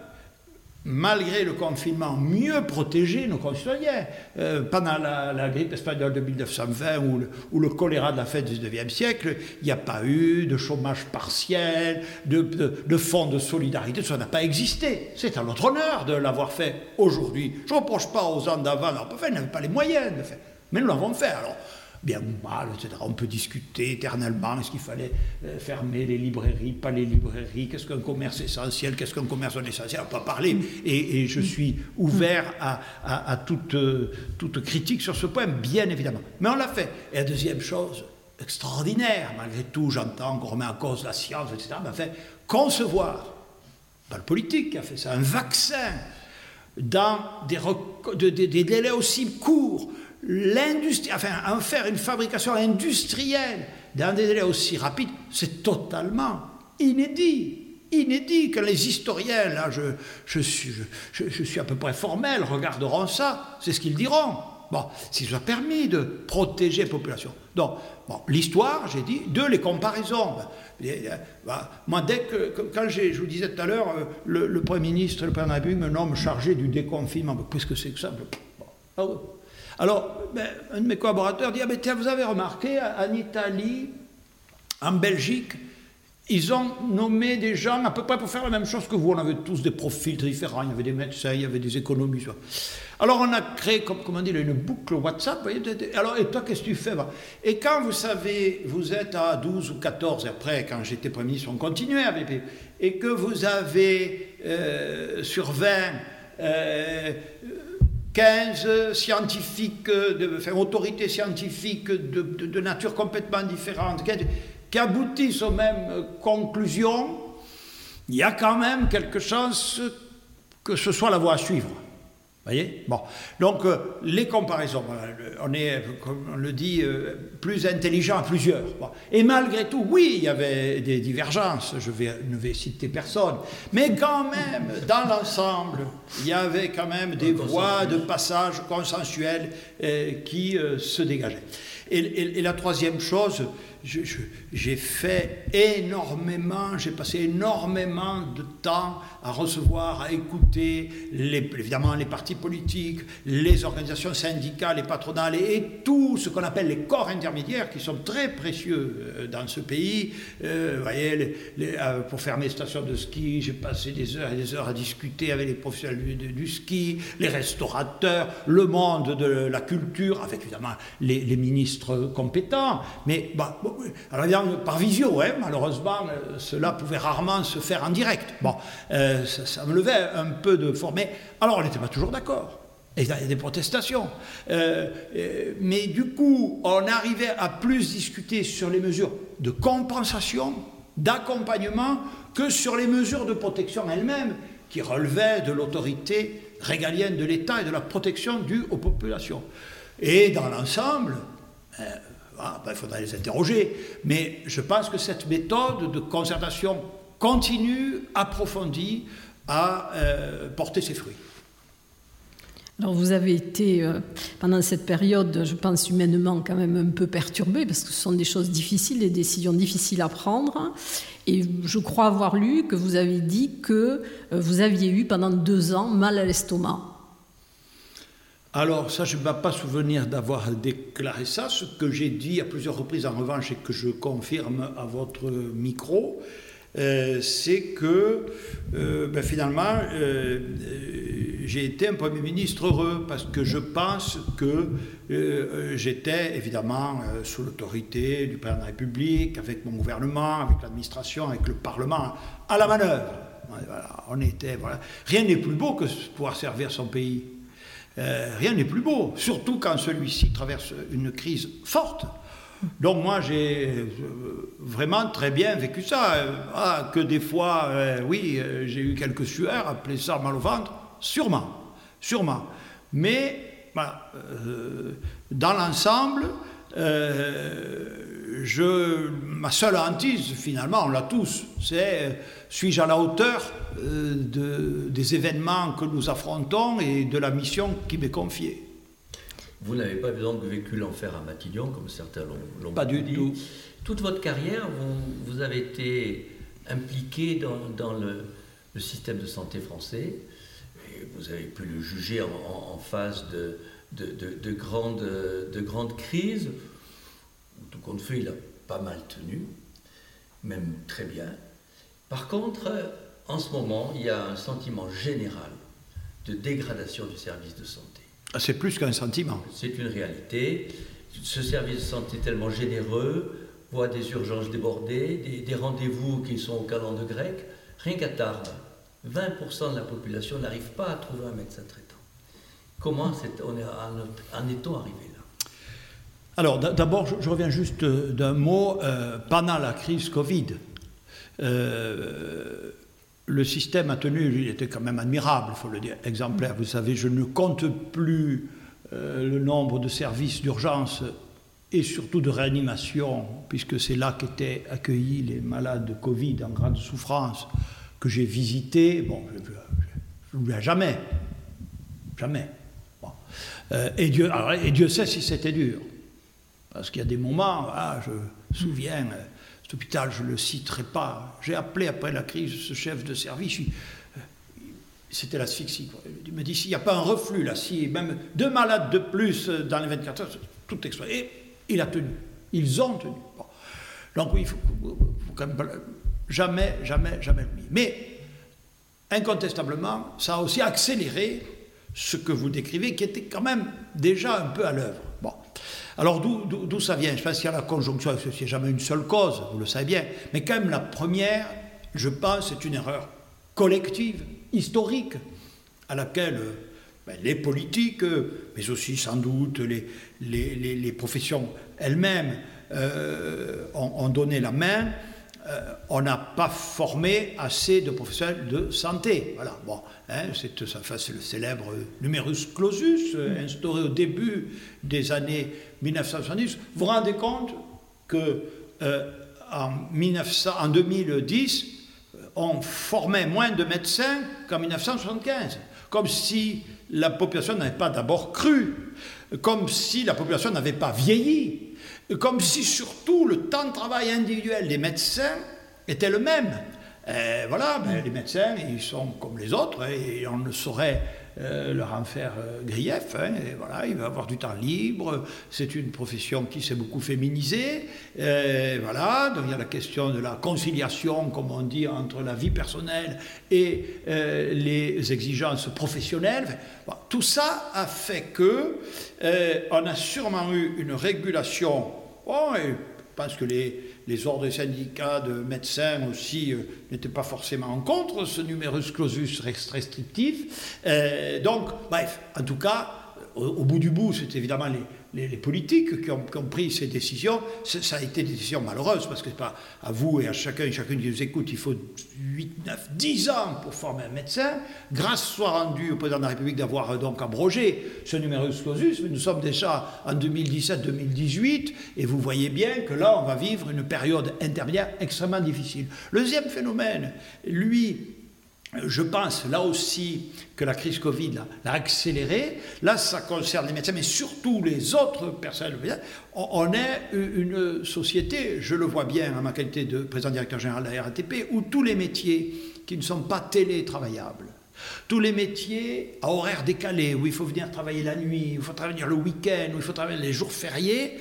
malgré le confinement, mieux protéger nos concitoyens. Pendant la grippe espagnole de 1920 ou le choléra de la fin du XIXe siècle, il n'y a pas eu de chômage partiel, de fonds de solidarité, ça n'a pas existé. C'est à notre honneur de l'avoir fait aujourd'hui. Je ne reproche pas aux ans d'avant, ils n'avaient pas les moyens de le faire, mais nous l'avons fait. Alors, bien ou mal, etc. On peut discuter éternellement, est-ce qu'il fallait fermer les librairies, pas les librairies, qu'est-ce qu'un commerce essentiel, qu'est-ce qu'un commerce non essentiel, on peut parler, et je suis ouvert à toute critique sur ce point, bien évidemment. Mais on l'a fait. Et la deuxième chose, extraordinaire, malgré tout, j'entends qu'on remet en cause la science, etc., mais enfin, concevoir, pas le politique qui a fait ça, un vaccin dans des délais aussi courts, en faire une fabrication industrielle dans des délais aussi rapides, c'est totalement inédit. Quand les historiens, là, je suis à peu près formel, regarderont ça, c'est ce qu'ils diront. Bon, ça nous a permis de protéger la population. Donc, bon, l'histoire, j'ai dit, les comparaisons. Moi, quand je vous disais tout à l'heure, le Premier ministre, le Président de la République me nomme chargé du déconfinement. Qu'est-ce que c'est que ça? Alors, un de mes collaborateurs dit, tiens, vous avez remarqué, en Italie, en Belgique, ils ont nommé des gens à peu près pour faire la même chose que vous. On avait tous des profils différents. Il y avait des médecins, il y avait des économistes. Alors on a créé, comme on dit, une boucle WhatsApp. Vous voyez, alors, et toi, qu'est-ce que tu fais? Et quand vous savez, vous êtes à 12 ou 14, et après, quand j'étais Premier ministre, on continuait avec... Et que vous avez sur 20... 15 scientifiques, autorités scientifiques de nature complètement différente, qui aboutissent aux mêmes conclusions, il y a quand même quelque chose que ce soit la voie à suivre. Vous voyez? Bon. Donc, les comparaisons, on est, comme on le dit, plus intelligent à plusieurs. Bon. Et malgré tout, oui, il y avait des divergences, je ne vais citer personne, mais quand même, dans l'ensemble, il y avait quand même des voies de passage consensuelles qui se dégageaient. Et la troisième chose, j'ai fait énormément, j'ai passé énormément de temps à recevoir, à écouter évidemment les partis politiques, les organisations syndicales et patronales et tout ce qu'on appelle les corps intermédiaires qui sont très précieux dans ce pays. Vous voyez, pour faire mes stations de ski, j'ai passé des heures et des heures à discuter avec les professionnels du ski, les restaurateurs, le monde de la culture, avec évidemment les ministres compétents, mais alors évidemment, par visio, malheureusement, cela pouvait rarement se faire en direct. Bon, ça me levait un peu de forme. Mais alors, on n'était pas toujours d'accord. Et il y a des protestations. Mais du coup, on arrivait à plus discuter sur les mesures de compensation, d'accompagnement, que sur les mesures de protection elles-mêmes, qui relevaient de l'autorité régalienne de l'État et de la protection due aux populations. Et dans l'ensemble... il faudrait les interroger, mais je pense que cette méthode de concertation continue, approfondie, a porté ses fruits. Alors vous avez été, pendant cette période, je pense humainement quand même un peu perturbé, parce que ce sont des choses difficiles, des décisions difficiles à prendre. Et je crois avoir lu que vous avez dit que vous aviez eu pendant 2 ans mal à l'estomac. Alors ça, je ne vais pas souvenir d'avoir déclaré ça. Ce que j'ai dit à plusieurs reprises en revanche et que je confirme à votre micro, c'est que finalement j'ai été un Premier ministre heureux parce que je pense que j'étais évidemment sous l'autorité du Président de la République, avec mon gouvernement, avec l'administration, avec le Parlement, à la manœuvre. Voilà, Rien n'est plus beau que de pouvoir servir son pays. Rien n'est plus beau, surtout quand celui-ci traverse une crise forte. Donc moi, j'ai vraiment très bien vécu ça. Que des fois, j'ai eu quelques sueurs, appelez ça mal au ventre, sûrement. Mais voilà, dans l'ensemble, ma seule hantise, finalement, on l'a tous, c'est suis-je à la hauteur des événements que nous affrontons et de la mission qui m'est confiée. Vous n'avez pas, donc, vécu l'enfer à Matignon, comme certains l'ont pas du tout. Toute votre carrière, vous avez été impliqué dans le système de santé français. Et vous avez pu le juger en phase de grandes crises. Tout compte fait, il a pas mal tenu, même très bien. Par contre, en ce moment, il y a un sentiment général de dégradation du service de santé. C'est plus qu'un sentiment. C'est une réalité. Ce service de santé tellement généreux voit des urgences débordées, des rendez-vous qui sont au calendrier grec. Rien qu'à Tarbes, 20% de la population n'arrive pas à trouver un médecin traitant. Comment en est-on arrivé là? Alors d'abord, je reviens juste d'un mot. Pendant la crise Covid, le système a tenu, il était quand même admirable, il faut le dire, exemplaire. Vous savez, je ne compte plus le nombre de services d'urgence et surtout de réanimation, puisque c'est là qu'étaient accueillis les malades de Covid en grande souffrance, que j'ai visités. Bon, je n'oublierai jamais. Bon. Et Dieu sait si c'était dur. Parce qu'il y a des moments, je me souviens... Cet hôpital, je ne le citerai pas. J'ai appelé après la crise ce chef de service. C'était l'asphyxie. Il me dit, s'il n'y a pas un reflux, là, si même 2 malades de plus dans les 24 heures, tout explose. Et il a tenu. Ils ont tenu. Bon. Donc oui, il faut quand même Jamais, jamais, jamais oublié. Mais, incontestablement, ça a aussi accéléré ce que vous décrivez, qui était quand même déjà un peu à l'œuvre. Bon. Alors, d'où ça vient? Je pense qu'il y a la conjonction, c'est jamais une seule cause, vous le savez bien, mais quand même la première, je pense, c'est une erreur collective, historique, à laquelle les politiques, mais aussi sans doute les professions elles-mêmes ont donné la main. On n'a pas formé assez de professionnels de santé. Voilà. Bon, hein, c'est le célèbre numerus clausus instauré au début des années 1970. Vous vous rendez compte que en 2010, on formait moins de médecins qu'en 1975, comme si la population n'avait pas d'abord cru, comme si la population n'avait pas vieilli, comme si surtout le temps de travail individuel des médecins était le même. Voilà, les médecins, ils sont comme les autres, et on ne saurait leur en faire grief. Et voilà, il va avoir du temps libre. C'est une profession qui s'est beaucoup féminisée. Voilà, donc il y a la question de la conciliation, comme on dit, entre la vie personnelle et les exigences professionnelles. Bon, tout ça a fait que on a sûrement eu une régulation. Bon, et je pense que les ordres et syndicats de médecins aussi n'étaient pas forcément contre ce numerus clausus restrictif. Donc, bref, en tout cas, au bout du bout, c'est évidemment les politiques qui ont pris ces décisions. Ça a été des décisions malheureuses, parce que c'est pas à vous et à chacun et chacune qui nous écoute, il faut 8, 9, 10 ans pour former un médecin. Grâce soit rendue au président de la République d'avoir donc abrogé ce numerus clausus, mais nous sommes déjà en 2017-2018, et vous voyez bien que là, on va vivre une période intermédiaire extrêmement difficile. Le deuxième phénomène, lui, je pense là aussi que la crise Covid l'a accéléré. Là, ça concerne les médecins, mais surtout les autres personnes. On est une société, je le vois bien en ma qualité de président directeur général de la RATP, où tous les métiers qui ne sont pas télétravaillables, tous les métiers à horaires décalés, où il faut venir travailler la nuit, où il faut travailler le week-end, où il faut travailler les jours fériés,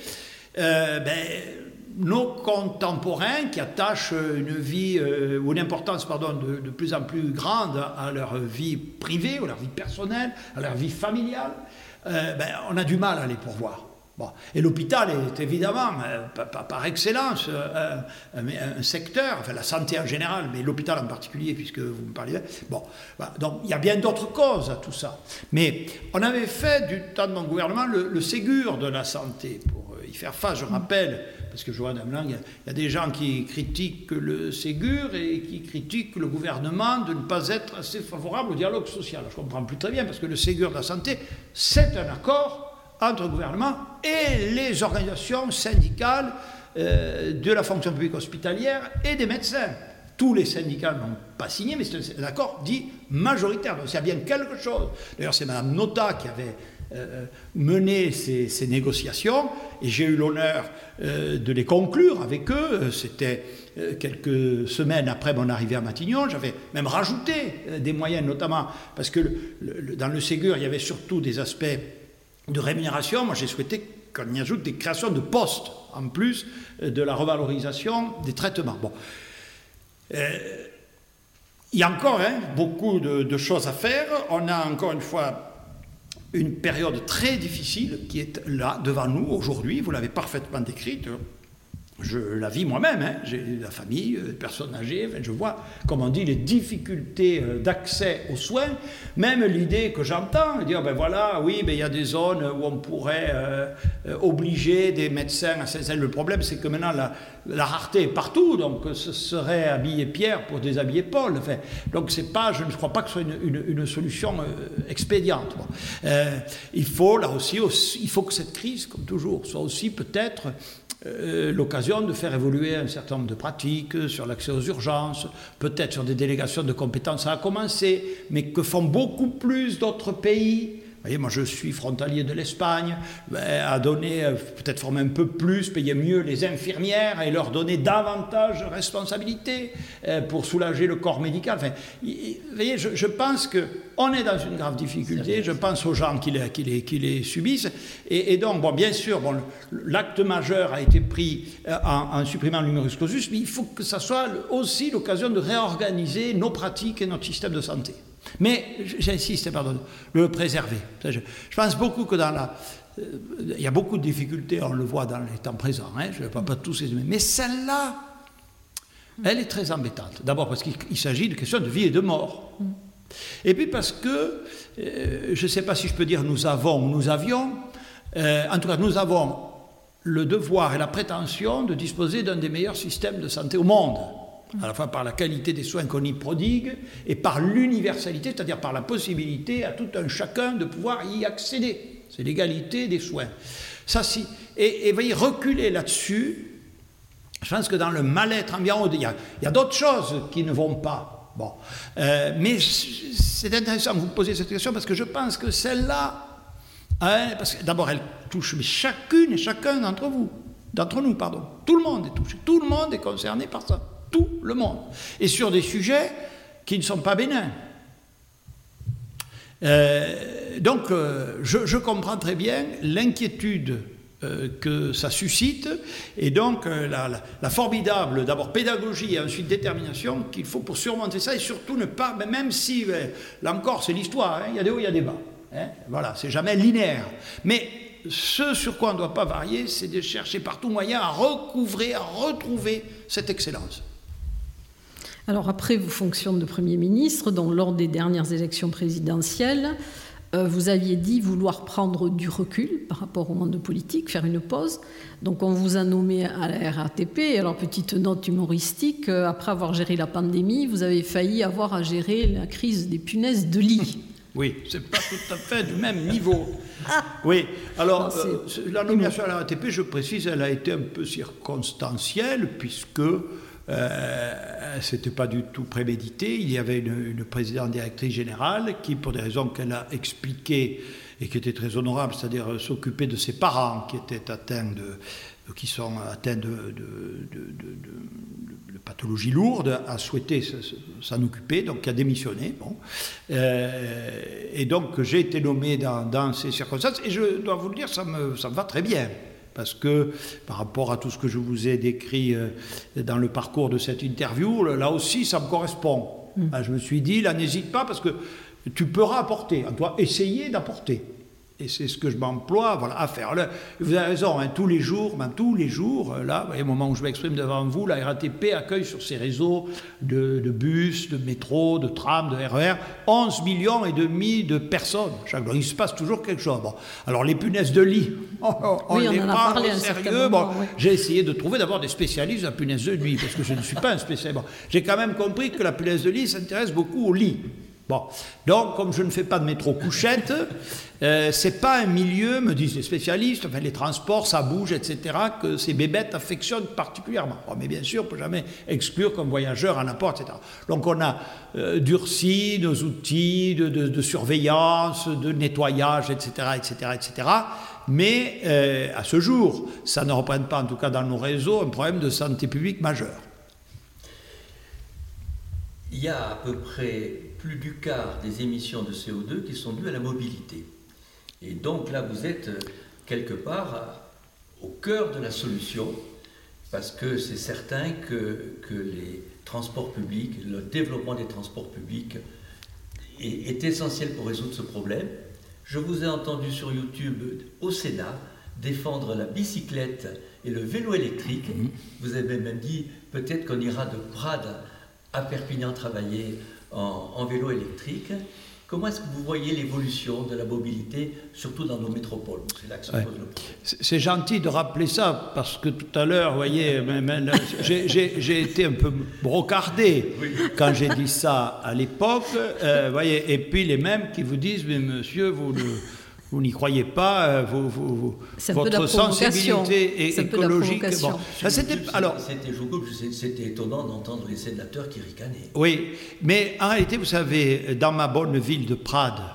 nos contemporains qui attachent une vie ou une importance de plus en plus grande à leur vie privée, à leur vie personnelle, à leur vie familiale, on a du mal à les pourvoir. Bon. Et l'hôpital est évidemment, par excellence, un secteur, enfin la santé en général, mais l'hôpital en particulier, puisque vous me parlez. Bon, voilà. Donc il y a bien d'autres causes à tout ça. Mais on avait fait, du temps de mon gouvernement, le Ségur de la santé pour y faire face. Je rappelle, parce que je vois dans il y a des gens qui critiquent le Ségur et qui critiquent le gouvernement de ne pas être assez favorable au dialogue social. Je ne comprends plus très bien, parce que le Ségur de la santé, c'est un accord entre le gouvernement et les organisations syndicales de la fonction publique hospitalière et des médecins. Tous les syndicats n'ont pas signé, mais c'est un accord dit majoritaire, donc c'est bien quelque chose. D'ailleurs, c'est Mme Nota qui avait mené ces négociations, et j'ai eu l'honneur de les conclure avec eux. C'était quelques semaines après mon arrivée à Matignon. J'avais même rajouté des moyens, notamment parce que dans le Ségur, il y avait surtout des aspects de rémunération. Moi, j'ai souhaité qu'on y ajoute des créations de postes, en plus de la revalorisation des traitements. Bon. Il y a encore beaucoup de choses à faire. On a encore une fois une période très difficile qui est là, devant nous, aujourd'hui. Vous l'avez parfaitement décrite. Je la vis moi-même, j'ai la famille, des personnes âgées, je vois, comme on dit, les difficultés d'accès aux soins, même l'idée que j'entends, dire, il y a des zones où on pourrait obliger des médecins à s'installer. Le problème, c'est que maintenant, la rareté est partout, donc ce serait habiller Pierre pour déshabiller Paul. Enfin, donc je ne crois pas que ce soit une solution expédiente. Bon. Il faut, là aussi, il faut que cette crise, comme toujours, soit aussi peut-être l'occasion de faire évoluer un certain nombre de pratiques sur l'accès aux urgences, peut-être sur des délégations de compétences à commencer, mais que font beaucoup plus d'autres pays Vous voyez, moi je suis frontalier de l'Espagne, à donner, peut-être former un peu plus, payer mieux les infirmières et leur donner davantage de responsabilités pour soulager le corps médical. Enfin, vous voyez, je pense qu'on est dans une grave difficulté, je pense aux gens qui les subissent. Et donc, bon, bien sûr, bon, l'acte majeur a été pris en supprimant le numerus clausus, mais il faut que ça soit aussi l'occasion de réorganiser nos pratiques et notre système de santé. Mais, j'insiste, pardon, le préserver. Je pense beaucoup que il y a beaucoup de difficultés, on le voit dans les temps présents, hein, je ne vais pas tous les... Mais celle-là, elle est très embêtante. D'abord parce qu'il s'agit de questions de vie et de mort. Et puis parce que, je ne sais pas si je peux dire nous avons ou nous avions, en tout cas nous avons le devoir et la prétention de disposer d'un des meilleurs systèmes de santé au monde. À la fois par la qualité des soins qu'on y prodigue et par l'universalité, c'est-à-dire par la possibilité à tout un chacun de pouvoir y accéder. C'est l'égalité des soins. Ça, si, et voyez, reculer là-dessus, je pense que dans le mal-être ambiant, il y a d'autres choses qui ne vont pas. Bon. Mais c'est intéressant que vous posiez cette question parce que je pense que celle-là, hein, parce que d'abord elle touche chacune et chacun d'entre nous. Tout le monde est touché, tout le monde est concerné par ça. Tout le monde. Et sur des sujets qui ne sont pas bénins. Donc, je comprends très bien l'inquiétude que ça suscite, et donc la formidable, d'abord pédagogie et ensuite détermination qu'il faut pour surmonter ça, et surtout ne pas, même si, là encore, c'est l'histoire, hein, il y a des hauts, il y a des bas. Hein, voilà, c'est jamais linéaire. Mais ce sur quoi on ne doit pas varier, c'est de chercher par tout moyen à recouvrer, à retrouver cette excellence. Alors après vos fonctions de Premier ministre, donc lors des dernières élections présidentielles, vous aviez dit vouloir prendre du recul par rapport au monde politique, faire une pause. Donc on vous a nommé à la RATP. Alors petite note humoristique, après avoir géré la pandémie, vous avez failli avoir à gérer la crise des punaises de lit. Oui, c'est pas tout à fait du même niveau. Oui, alors la nomination à la RATP, je précise, elle a été un peu circonstancielle puisque c'était pas du tout prémédité. Il y avait une présidente directrice générale qui, pour des raisons qu'elle a expliquées et qui étaient très honorables, c'est-à-dire s'occuper de ses parents qui étaient atteints de pathologies lourdes, a souhaité s'en occuper, donc a démissionné. Bon. Et donc j'ai été nommé dans ces circonstances, et je dois vous le dire, ça me va très bien. Parce que par rapport à tout ce que je vous ai décrit dans le parcours de cette interview, là aussi ça me correspond. Je me suis dit, là n'hésite pas parce que tu peux rapporter, on doit essayer d'apporter. Et c'est ce que je m'emploie à faire. Là, vous avez raison, hein, tous les jours, là, vous voyez, au moment où je m'exprime devant vous, la RATP accueille sur ses réseaux de bus, de métro, de tram, de RER, 11,5 millions de personnes. Chaque jour, il se passe toujours quelque chose. Bon. Alors les punaises de lit, on les prend au sérieux. Bon, oui. J'ai essayé de trouver d'abord des spécialistes de la punaise de lit, parce que je ne suis pas un spécialiste. Bon, j'ai quand même compris que la punaise de lit s'intéresse beaucoup au lit. Bon, donc comme je ne fais pas de métro couchette, c'est pas un milieu, me disent les spécialistes, enfin les transports, ça bouge, etc., que ces bébêtes affectionnent particulièrement. Bon, mais bien sûr, on ne peut jamais exclure comme voyageur en apport, etc. Donc on a durci nos outils de surveillance, de nettoyage, etc., etc., etc. Mais à ce jour, ça ne représente pas, en tout cas dans nos réseaux, un problème de santé publique majeur. Il y a à peu près plus du quart des émissions de CO2 qui sont dues à la mobilité. Et donc là, vous êtes quelque part au cœur de la solution, parce que c'est certain que les transports publics, le développement des transports publics est essentiel pour résoudre ce problème. Je vous ai entendu sur YouTube au Sénat défendre la bicyclette et le vélo électrique. Vous avez même dit peut-être qu'on ira de Prades à Perpignan travailler en vélo électrique. Comment est-ce que vous voyez l'évolution de la mobilité, surtout dans nos métropoles? C'est là que se pose le problème. C'est gentil de rappeler ça, parce que tout à l'heure, vous voyez, j'ai été un peu brocardé quand j'ai dit ça à l'époque. Voyez, et puis les mêmes qui vous disent, mais monsieur, vous n'y croyez pas, votre sensibilité écologique. Bon. C'était étonnant d'entendre les sénateurs qui ricanaient. Oui, mais en réalité, vous savez, dans ma bonne ville de Prades,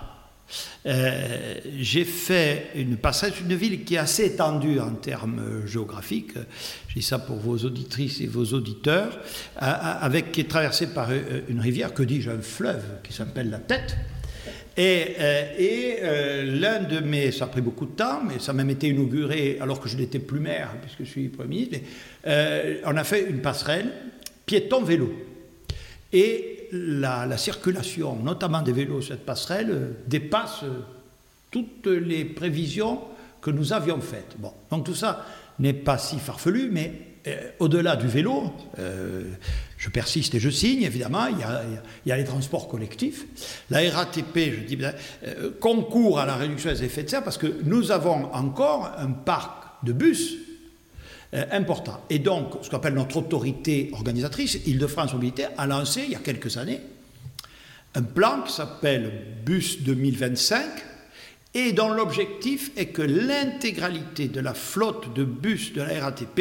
j'ai fait une passerelle, une ville qui est assez étendue en termes géographiques, je dis ça pour vos auditrices et vos auditeurs, qui est traversée par une rivière, que dis-je, un fleuve qui s'appelle la Tête. Et l'un de mes... Ça a pris beaucoup de temps, mais ça a même été inauguré alors que je n'étais plus maire, puisque je suis Premier ministre. On a fait une passerelle piéton-vélo. Et la circulation, notamment des vélos sur cette passerelle, dépasse toutes les prévisions que nous avions faites. Bon, donc tout ça n'est pas si farfelu, mais au-delà du vélo, je persiste et je signe, évidemment, il y a les transports collectifs. La RATP, je dis, concourt à la réduction des effets de serre parce que nous avons encore un parc de bus important. Et donc, ce qu'on appelle notre autorité organisatrice, Île-de-France Mobilité, a lancé, il y a quelques années, un plan qui s'appelle Bus 2025, et dont l'objectif est que l'intégralité de la flotte de bus de la RATP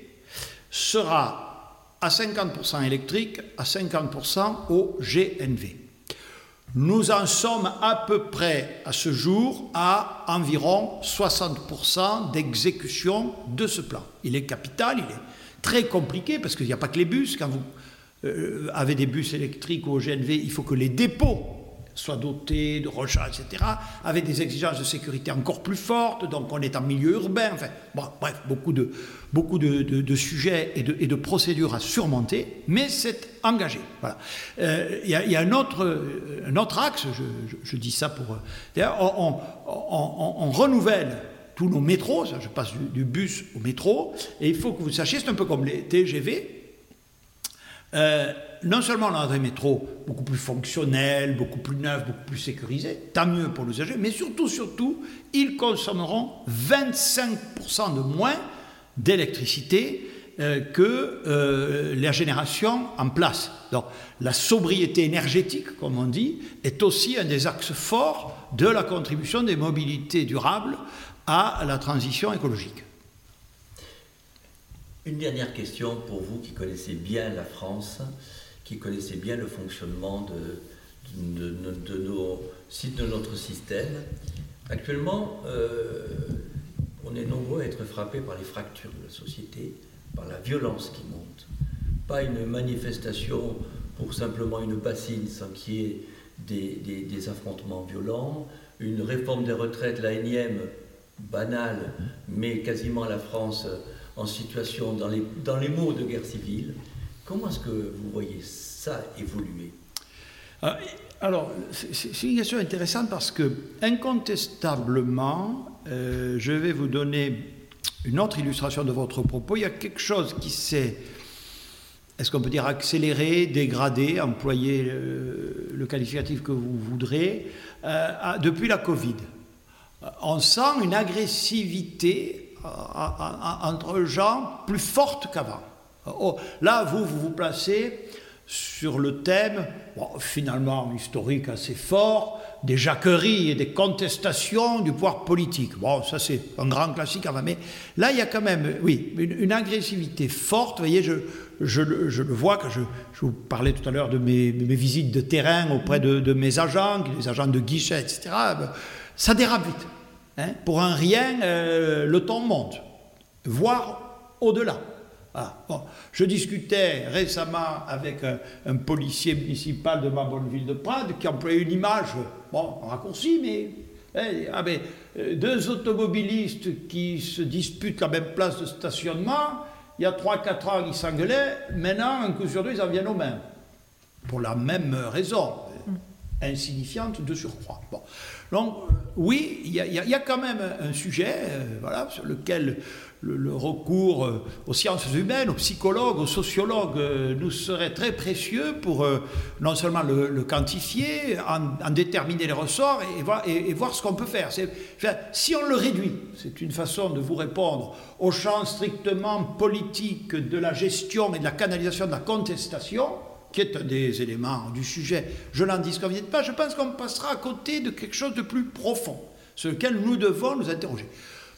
sera à 50% électrique, à 50% au GNV. Nous en sommes à peu près, à ce jour, à environ 60% d'exécution de ce plan. Il est capital, il est très compliqué, parce qu'il n'y a pas que les bus. Quand vous avez des bus électriques ou au GNV, il faut que les dépôts soient dotés de recharge, etc., avec des exigences de sécurité encore plus fortes, donc on est en milieu urbain, enfin, bon, bref, beaucoup de sujets et de procédures à surmonter, mais c'est engagé. Voilà. Il y a un autre axe, je dis ça pour... On renouvelle tous nos métros, je passe du bus au métro, et il faut que vous sachiez, c'est un peu comme les TGV, non seulement on a des métros beaucoup plus fonctionnels, beaucoup plus neufs, beaucoup plus sécurisés, tant mieux pour l'usager, mais surtout, ils consommeront 25% de moins d'électricité que la génération en place. Donc la sobriété énergétique, comme on dit, est aussi un des axes forts de la contribution des mobilités durables à la transition écologique. Une dernière question pour vous qui connaissez bien la France, qui connaissez bien le fonctionnement de notre système. Actuellement, on est nombreux à être frappés par les fractures de la société, par la violence qui monte. Pas une manifestation pour simplement une bassine sans qu'il y ait des affrontements violents, une réforme des retraites, la énième, banale, mais quasiment la France en situation dans les maux de guerre civile. Comment est-ce que vous voyez ça évoluer ? Alors, c'est une question intéressante parce que, incontestablement, je vais vous donner une autre illustration de votre propos. Il y a quelque chose qui s'est, est-ce qu'on peut dire accéléré, dégradé, employer le qualificatif que vous voudrez, depuis la Covid. On sent une agressivité entre gens plus forte qu'avant. Là, vous placez sur le thème, finalement historique assez fort, des jacqueries et des contestations du pouvoir politique. Bon, ça c'est un grand classique avant, mais là il y a quand même, oui, une agressivité forte. Vous voyez, je le vois quand je vous parlais tout à l'heure de mes visites de terrain auprès de mes agents, les agents de guichet, etc. Ça dérape vite. Hein, pour un rien, le ton monte, voire au-delà. Voilà. Bon, je discutais récemment avec un policier municipal de ma bonne ville de Prades qui employait une image, raccourcie, mais deux automobilistes qui se disputent la même place de stationnement, il y a 3-4 ans ils s'engueulaient, maintenant un coup sur deux ils en viennent aux mains, pour la même raison, insignifiante de surcroît. Bon. Donc, oui, il y a quand même un sujet sur lequel le recours aux sciences humaines, aux psychologues, aux sociologues nous serait très précieux pour non seulement le quantifier, en déterminer les ressorts et voir ce qu'on peut faire. Si on le réduit, c'est une façon de vous répondre au champ strictement politique de la gestion et de la canalisation de la contestation, qui est un des éléments du sujet, je n'en disconviens pas, je pense qu'on passera à côté de quelque chose de plus profond, sur lequel nous devons nous interroger.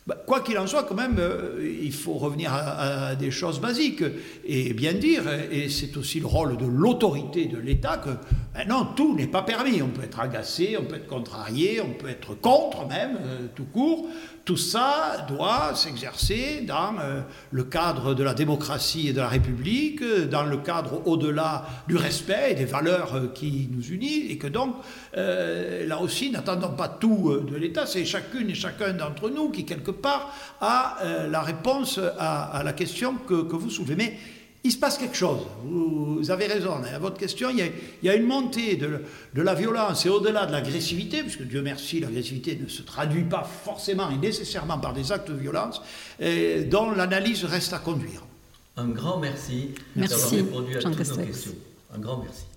Quoi qu'il en soit, quand même, il faut revenir à des choses basiques et bien dire, et c'est aussi le rôle de l'autorité de l'État, que non, tout n'est pas permis. On peut être agacé, on peut être contrarié, on peut être contre même, tout court. Tout ça doit s'exercer dans le cadre de la démocratie et de la République, dans le cadre au-delà du respect et des valeurs qui nous unissent, et que donc, là aussi, n'attendons pas tout de l'État, c'est chacune et chacun d'entre nous qui, quelque part, a la réponse à la question que vous soulevez. Mais il se passe quelque chose, vous avez raison, à votre question, il y a une montée de la violence et au-delà de l'agressivité, puisque Dieu merci, l'agressivité ne se traduit pas forcément et nécessairement par des actes de violence, dont l'analyse reste à conduire. Un grand merci d'avoir répondu à toutes nos questions. Un grand merci.